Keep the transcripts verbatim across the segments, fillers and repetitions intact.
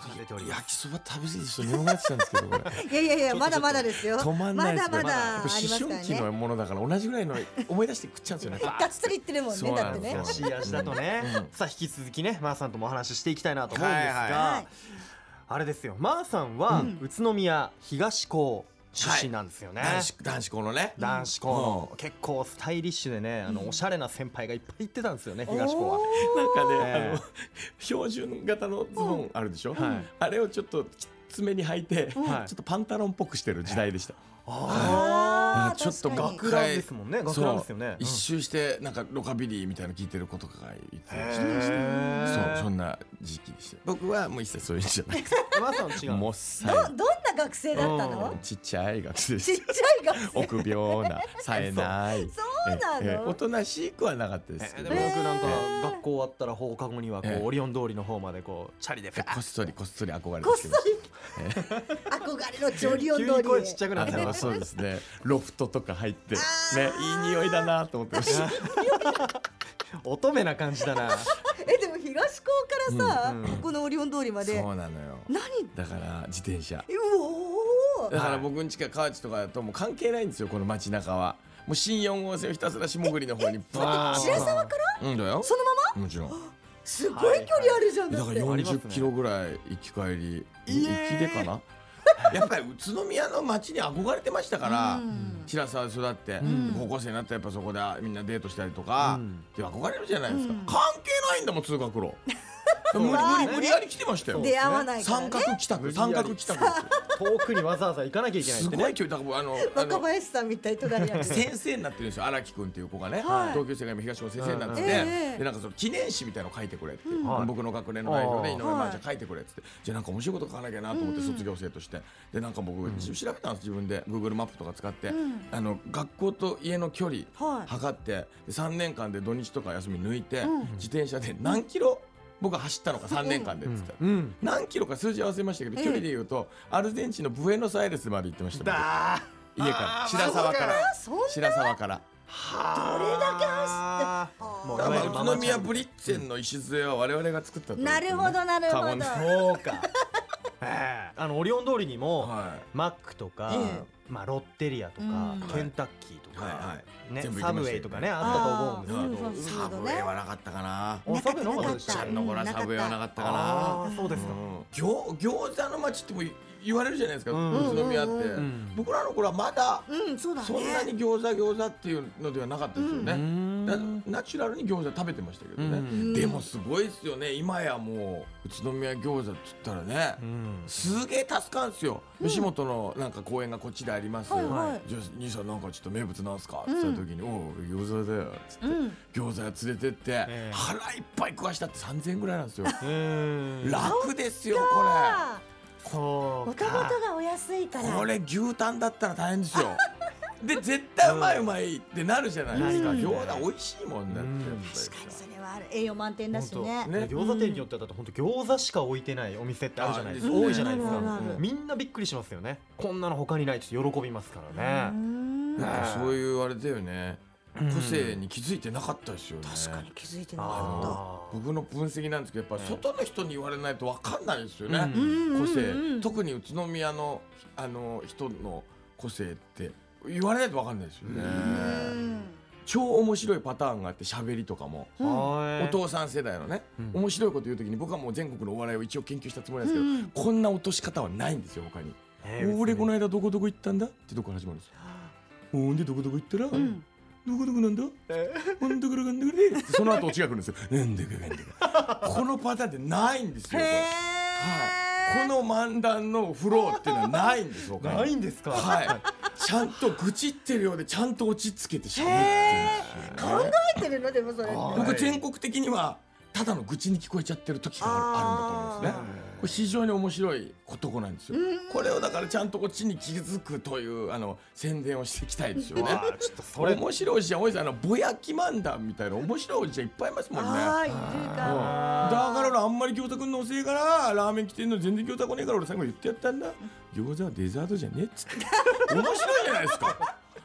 食べております。 焼きそば食べ過ぎてちょっと眠くなってたんですけどこれいやいやいやまだまだですよ。 止まんないですねまだまだあります思から春期のね。 ものだから同じぐらいの思い出して食っちゃうんですよねがっつりいってるもんねだってね。 そうなんですよしい味だとね、 うんさあ引き続きねマーさんともお話ししていきたいなと思うんですが、 はいはいあれですよ、マーさんは、 うん宇都宮東高出身なんですよね、 男子男子校のね男子校の、 うん結構スタイリッシュでね、あのうんおしゃれな先輩がいっぱい行ってたんですよね、東高は。 なんかね、 ええあの標準型のズボンあるでしょ、 はいあれをちょっときつめに履いて、 はいちょっとパンタロンっぽくしてる時代でした、 あーちょっと確かに学ランですもんね、学ランですよね。 一周してなんかロカビリーみたいなの聞いてる子とかがいてましたへーそうそんな時期でした。僕はもう一切そういうのじゃないマーさんは違う。 もっさどどんな学生だったの？ いちっちゃい学生ですちっちゃい学生。 臆病な冴えないそうなのええおとなしくはなかったですけど、 えーでも僕なんかへー学校終わったら放課後にはこええうオリオン通りの方までこうチャリでファーこっそりこっそり憧れてこっそきてましり憧れのジョリオン急に通り声ちっちゃくなた。 ってあのそうですねロフトとか入ってねあーいい匂いだなと思ってました乙女な感じだな。 えでも東高からさ、 うんうんこのオリオン通りまでそうなのよ何だから自転車うおーだから僕ん家か河内とかだともう関係ないんですよこの街中はもう新よん号線をひたすら下栗の方にブワーッ白沢からうんだよそのままもちろんすごい距離あるじゃん、 だからだってよよんじゅっキロぐらい行き帰り行きでかなやっぱり宇都宮の街に憧れてましたからうん白沢で育ってん高校生になったらやっぱそこでみんなデートしたりとかうんで憧れるじゃないですかうん関係ないんだもん通学路無理まあね無理無理やり来てましたよ出会わないから三ね角帰宅三角帰宅ですよ遠くにわざわざ行かなきゃいけないってね。 すごい距離だからあのあ若の林さんみたい隣や先生になってるんですよ荒木君っていう子がね、 はい同級生が今東高先生になってて、 うんええでなんかその記念誌みたいなの書いてくれって、 はい僕の学年の代表で井上はい真亜ちゃん書いてくれっつって、じゃあなんか面白いこと書かなきゃなと思って卒業生として、でなんか僕、調べたんです自分で Google マップとか使って、 うんあの学校と家の距離はい測ってでさんねんかんで土日とか休み抜いて、 うん自転車で何キロ僕が走ったのかさんねんかんでっつって、 うん。 何キロか数字は忘れましたけど、 ええ距離で言うとアルゼンチンのブエノスアイレスまで行ってました僕だ家からあー白沢からあそんな白沢からー。 どれだけ走ってもうだからいわゆるママ宇都宮ブリッツェンの礎は我々が作ったと言ってもなるほどなるほど過言でそうか。ええあのオリオン通りにも、 はマックとか、 えまあロッテリアとか、 うんケンタッキーとか、 はいはいね全部行きましたよねサブウェイとかねあったと思うんですけど。 あーうんいサブウェイはなかったかなあサブウェイなかったなかったでしょちゃんの頃はサブウェイはなかったかなあーそうですか。 うん餃餃子の街っても言われるじゃないですか、 うん宇都宮って、 ん僕らの頃はまだうんそうだねそんなに餃子餃子っていうのではなかったですよね、 うんだナチュラルに餃子食べてましたけどね、 うんでもすごいですよね今やもう宇都宮餃子って言ったらね、 うんすげえ助かるんですよ、吉本のなんか公演がこっちであります、 はいはいじゃあ兄さんなんかちょっと名物なんすかって言った時に「おう餃子だよ」っつって、 うん餃子屋連れてって、 ええ腹いっぱい食わしたってさんぜんえんぐらいなんですようん楽ですよこあそうもともとか。 がお安いかられこれ牛タンだったら大変ですよで絶対うまいうまいってなるじゃないですか、 うん餃子美味しいもんだってうんやっぱり確かにそれはある栄養満点だし本ね当ね餃子店によってだと本当餃子しか置いてないお店ってあるじゃないですか。 あ多いじゃないですかあるあるある。 みんなびっくりしますよね。こんなの他にないって喜びますからうね。 んなんかそういうあれだよね、 うん個性に気づいてなかったですよね確かに気づいてなかあー僕の分析なんですけどやっぱええ外の人に言われないと分かんないですよね、 うんった個性、 うん特に宇都宮のあの人の個性って言われないと分かんないですよね、 うん超面白いパターンがあって喋りとかも、 はいお父さん世代のね、 うん面白いこと言う時に僕はもう全国のお笑いを一応研究したつもりなんですけど、 うんこんな落とし方はないんですよ他に、 えー俺この間どこどこ行ったんだってとこから始まるんですよほんでどこどこ行ったら、 うんどこどこなんだほんだからかんだからでってその後落ちが来るんですよなんだかかんだかこのパターンってないんですよこれへはい、この漫談のフローっていうのはないんですよ。他にないんですか。 はい、ちゃんと愚痴ってるようでちゃんと落ち着けて喋ってるんですよ、ね。 考えてるのでもそれってあー僕全国的にはただの愚痴に聞こえちゃってる時があるあるんだと思うんですね。これ非常に面白い男なんですよ。これをだからちゃんとこっちに気づくというあの宣伝をしていきたいですよね。 わあちょっとそれ面白いおじちゃん多いです。あのぼやき漫談みたいな面白いおじちゃんいっぱいいますもんね。 ああいるうんかだから俺あんまり餃子くんの遅えからラーメン来てんのに全然餃子来ねえから俺最後言ってやったんだ餃子はデザートじゃねえっつって面白いじゃないですか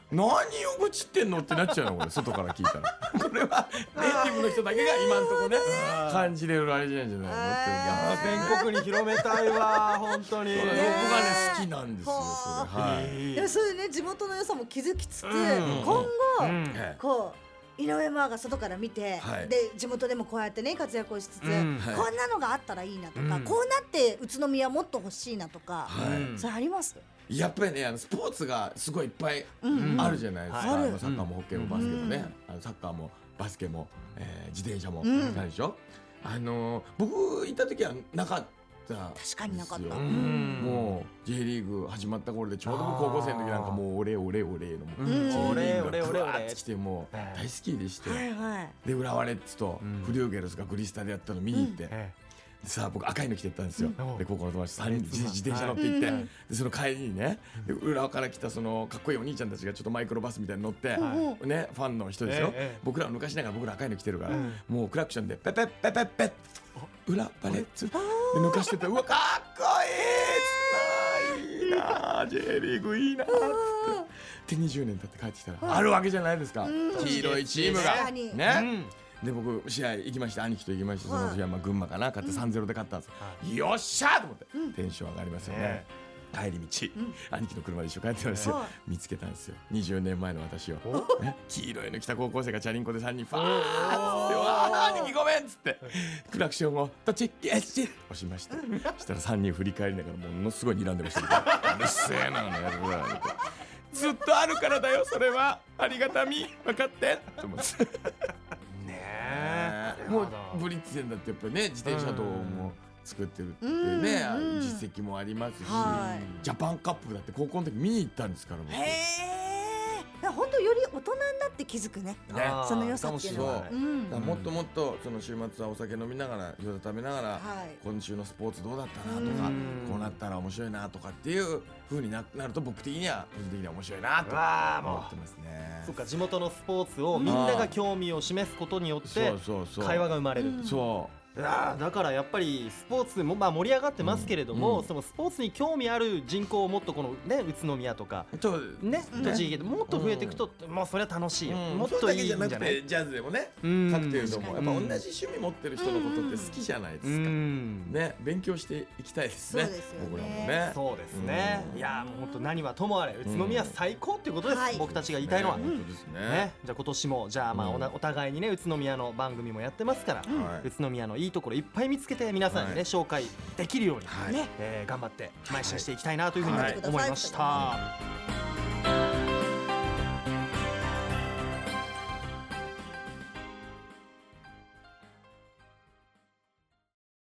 何を愚痴ってんのってなっちゃうのこれ外から聞いたらこれはネイティブの人だけが今んとこね感じれるあれじゃないんじゃないのってあー全国に広めたいわ本当に。 僕がね好きなんですよそれ。はい。 いやそれでね地元の良さも気づきつつ、 うん今後、 うんこう井上マーが外から見て、 はいで地元でもこうやってね活躍をしつつ、 うんはいこんなのがあったらいいなとか、 うんこうなって宇都宮もっと欲しいなとか、 はいそれあります？ やっぱりねあのスポーツがすごいいっぱいうんうんあるじゃないですか、 はいあのサッカーもホッケーもバスケもね、 うんあのサッカーもバスケも、えー自転車もうんないでしょ、あのー僕行った時はなかった確かになかった。 ですようんもう J リーグ始まった頃でちょうど僕高校生の時なんかもうオレオレオレのもうう J んリーグオレオレオレオレがブワーッてきてもう大好きでして、 はいはい。 で浦和レッズとうんフリューゲルスがグリスタでやったの見に行って、 えでさあ僕赤いの着てったんですよ、 うんで高校の友達さんにんうん自自転車乗って行って、 うんでその帰りにねで浦和から来たそのかっこいいお兄ちゃんたちがちょっとマイクロバスみたいに乗って、 はいね、ファンの人ですよ、 ええ僕らは昔ながら僕ら赤いの着てるから、 うんもうクラクションでペペッペペッペッ裏バレッツで抜かしててうわかっこいいいいなあ J リーグいいなあっつってでにじゅうねん経って帰ってきたらあるわけじゃないですか、 うん黄色いチームが確かにえね、で僕試合行きました兄貴と行きましてその試合まあ群馬かな勝って さんたいゼロ で勝ったんですよ、よっしゃーと思って、テンション上がりますよね、 ね帰り道、兄貴の車で一緒帰ってたんですよ、 はい見つけたんですよにじゅうねんまえの私を、 おね、黄色いの着た高校生がチャリンコでさんにんファーッつって「わあ兄貴ごめん」っつってクラクションを「とチェッキエッチ」押しましたそしたらさんにん振り返りながらものすごい睨んでましたけどうるせえなあのやつらずっとあるからだよそれはありがたみ分かってと思ってねえもうブリッツェンだってやっぱりね自転車道も作ってるっていうね、 うんうん実績もありますし、 はジャパンカップだって高校の時見に行ったんですから僕へえ。本当より大人になって気づくね。 ねあーその良さっていうのは。 そううんだからもっともっとその週末はお酒飲みながら餃子食べながら、 はい今週のスポーツどうだったなとか、 うんこうなったら面白いなとかっていう風にななると僕的には個人的には面白いなとわあも思ってますね。 そっか地元のスポーツをみんなが興味を示すことによってそうそうそう会話が生まれる。 うんそあーだからやっぱりスポーツもまあ盛り上がってますけれども、 うんそのスポーツに興味ある人口をもっとこのね宇都宮とかうとねうん栃木でもっと増えていくと、まあそれは楽しいよ、 うんもっといいんじゃないそれだけじゃなくてジャズでもねうんカクテルでもやっぱ同じうん趣味持ってる人のことって好きじゃないですか、 うんね勉強していきたいですねそうですよね僕らもねそうですね、 うんいやもう本当何はともあれ宇都宮最高っていうことです、 はい僕たちが言いたいのは、 ね本当ですねね、じゃあ今年もじゃあまあおなうんお互いにね宇都宮の番組もやってますから、 はい宇都宮のいいところいっぱい見つけて皆さんにね、 はい紹介できるように、 はいね。 えー頑張って邁進していきたいなというふうにはい思いました。